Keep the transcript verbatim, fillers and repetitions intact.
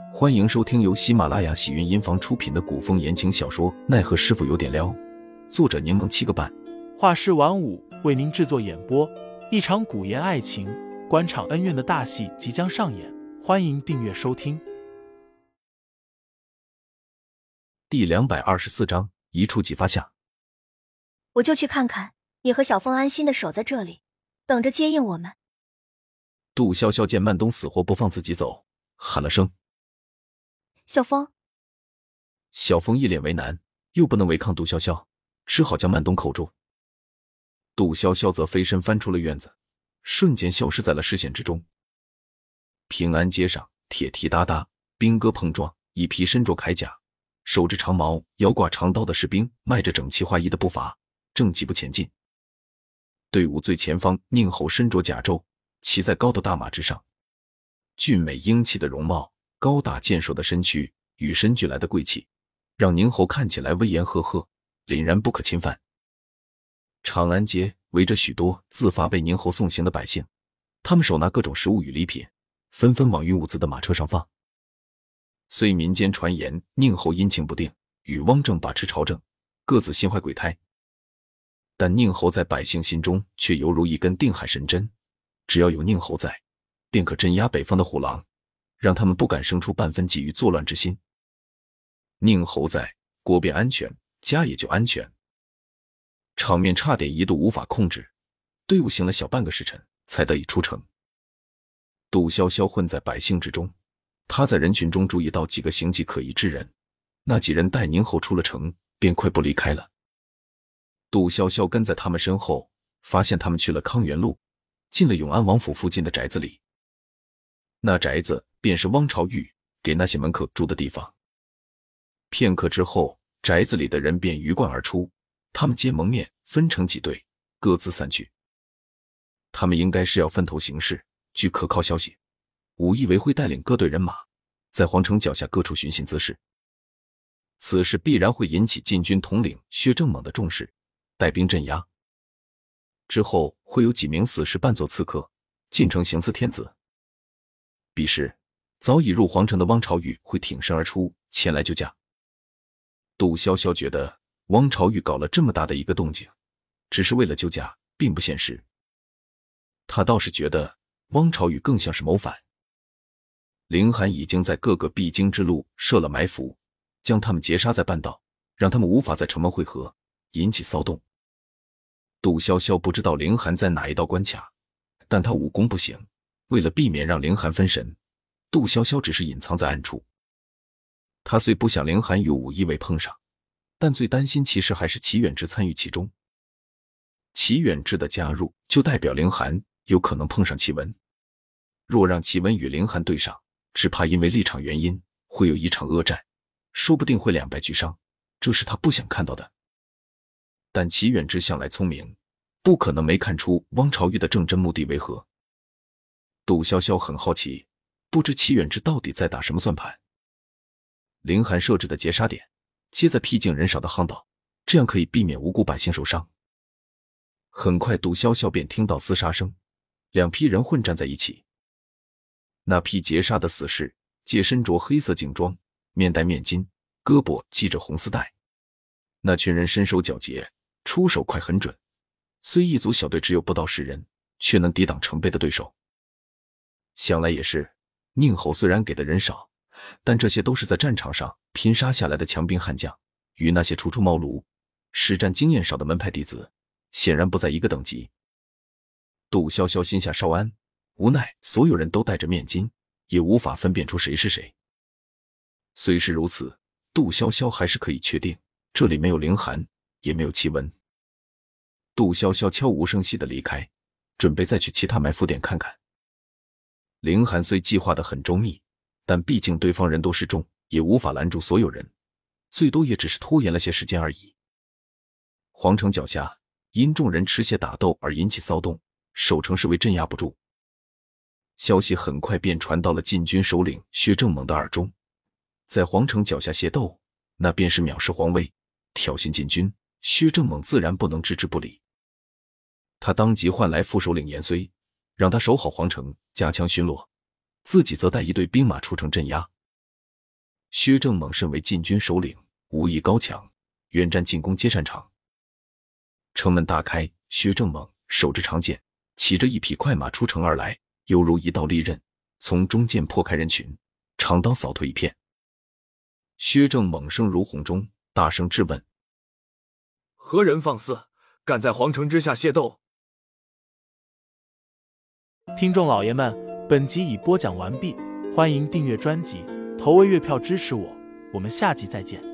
欢迎收听由喜马拉雅喜云音房出品的古风言情小说《奈何师傅有点撩》，作者柠檬七个半， 画师晚舞为您制作演播。一场古言爱情、官场恩怨的大戏即将上演，欢迎订阅收听。 第两百二十四章，一触即发下。 我就去看看，你和小凤安心的守在这里，等着接应我们。 杜潇潇见曼东死活不放自己走，喊了声小凤。 小凤一脸为难，又不能违抗杜潇潇，只好将曼东扣住。杜潇潇则飞身翻出了院子，瞬间消失在了视线之中。平安街上，铁蹄哒哒，兵戈碰撞，一匹身着铠甲、手执长矛、腰挂长刀的士兵迈着整齐划一的步伐，正疾步前进。队伍最前方，宁侯身着甲胄，骑在高的大马之上，俊美英气的容貌，高大健硕的身躯，与生俱来的贵气，让宁侯看起来威严赫赫，凛然不可侵犯。长安街围着许多自发为宁侯送行的百姓，他们手拿各种食物与礼品，纷纷往运物资的马车上放。虽民间传言宁侯阴晴不定，与汪正把持朝政，各自心怀鬼胎，但宁侯在百姓心中却犹如一根定海神针，只要有宁侯在，便可镇压北方的虎狼，让他们不敢生出半分觊觎作乱之心。宁侯在，国便安全，家也就安全。场面差点一度无法控制，队伍行了小半个时辰才得以出城。杜潇潇混在百姓之中，他在人群中注意到几个形迹可疑之人，那几人待宁侯出了城，便快步离开了。杜潇潇跟在他们身后，发现他们去了康元路，进了永安王府附近的宅子里。那宅子便是汪朝玉给那些门客住的地方。片刻之后，宅子里的人便鱼贯而出，他们皆蒙面，分成几队，各自散去。他们应该是要分头行事。据可靠消息，武义为会带领各队人马在皇城脚下各处寻衅滋事，此事必然会引起禁军统领薛正猛的重视，带兵镇压。之后会有几名死士扮作刺客进城行刺天子。彼时早已入皇城的汪朝玉会挺身而出，前来救驾。杜潇潇觉得汪朝玉搞了这么大的一个动静，只是为了救驾，并不现实。他倒是觉得汪朝玉更像是谋反。凌寒已经在各个必经之路设了埋伏，将他们截杀在半道，让他们无法在城门会合，引起骚动。杜潇潇不知道凌寒在哪一道关卡，但他武功不行，为了避免让凌寒分神，杜潇潇只是隐藏在暗处。他虽不想凌寒与武一为碰上，但最担心其实还是齐远之参与其中。齐远之的加入就代表凌寒有可能碰上齐文，若让齐文与凌寒对上，只怕因为立场原因会有一场恶战，说不定会两败俱伤，这是他不想看到的。但齐远之向来聪明，不可能没看出汪朝玉的正真目的为何。杜潇潇很好奇，不知齐远之到底在打什么算盘。凌寒设置的截杀点皆在僻静人少的巷道，这样可以避免无辜百姓受伤。很快杜潇潇便听到厮杀声，两批人混战在一起。那批截杀的死士皆身着黑色劲装，面戴面巾，胳膊系着红丝带。那群人身手矫捷，出手快很准，虽一组小队只有不到十人，却能抵挡成倍的对手。想来也是，宁侯虽然给的人少，但这些都是在战场上拼杀下来的强兵悍将，与那些初出茅庐、实战经验少的门派弟子显然不在一个等级。杜潇潇心下稍安，无奈所有人都戴着面巾，也无法分辨出谁是谁。虽是如此，杜潇潇还是可以确定这里没有凌寒，也没有齐文。杜潇潇悄无声息地离开，准备再去其他埋伏点看看。凌寒虽计划得很周密，但毕竟对方人多势众，也无法拦住所有人，最多也只是拖延了些时间而已。皇城脚下因众人持械打斗而引起骚动，守城侍卫镇压不住。消息很快便传到了禁军首领薛正猛的耳中，在皇城脚下械斗，那便是藐视皇威，挑衅禁军，薛正猛自然不能置之不理。他当即唤来副首领严绥，让他守好皇城，加强巡逻，自己则带一队兵马出城镇压。 薛正猛身为禁军首领，武艺高强，远战近攻皆擅长。城门大开，薛正猛手执长剑，骑着一匹快马出城而来，犹如一道利刃，从中间破开人群，长刀扫退一片。薛正猛声如洪钟，大声质问： 何人放肆，敢在皇城之下械斗？ 听众老爷们，本集已播讲完毕，欢迎订阅专辑，投喂月票支持我，我们下集再见。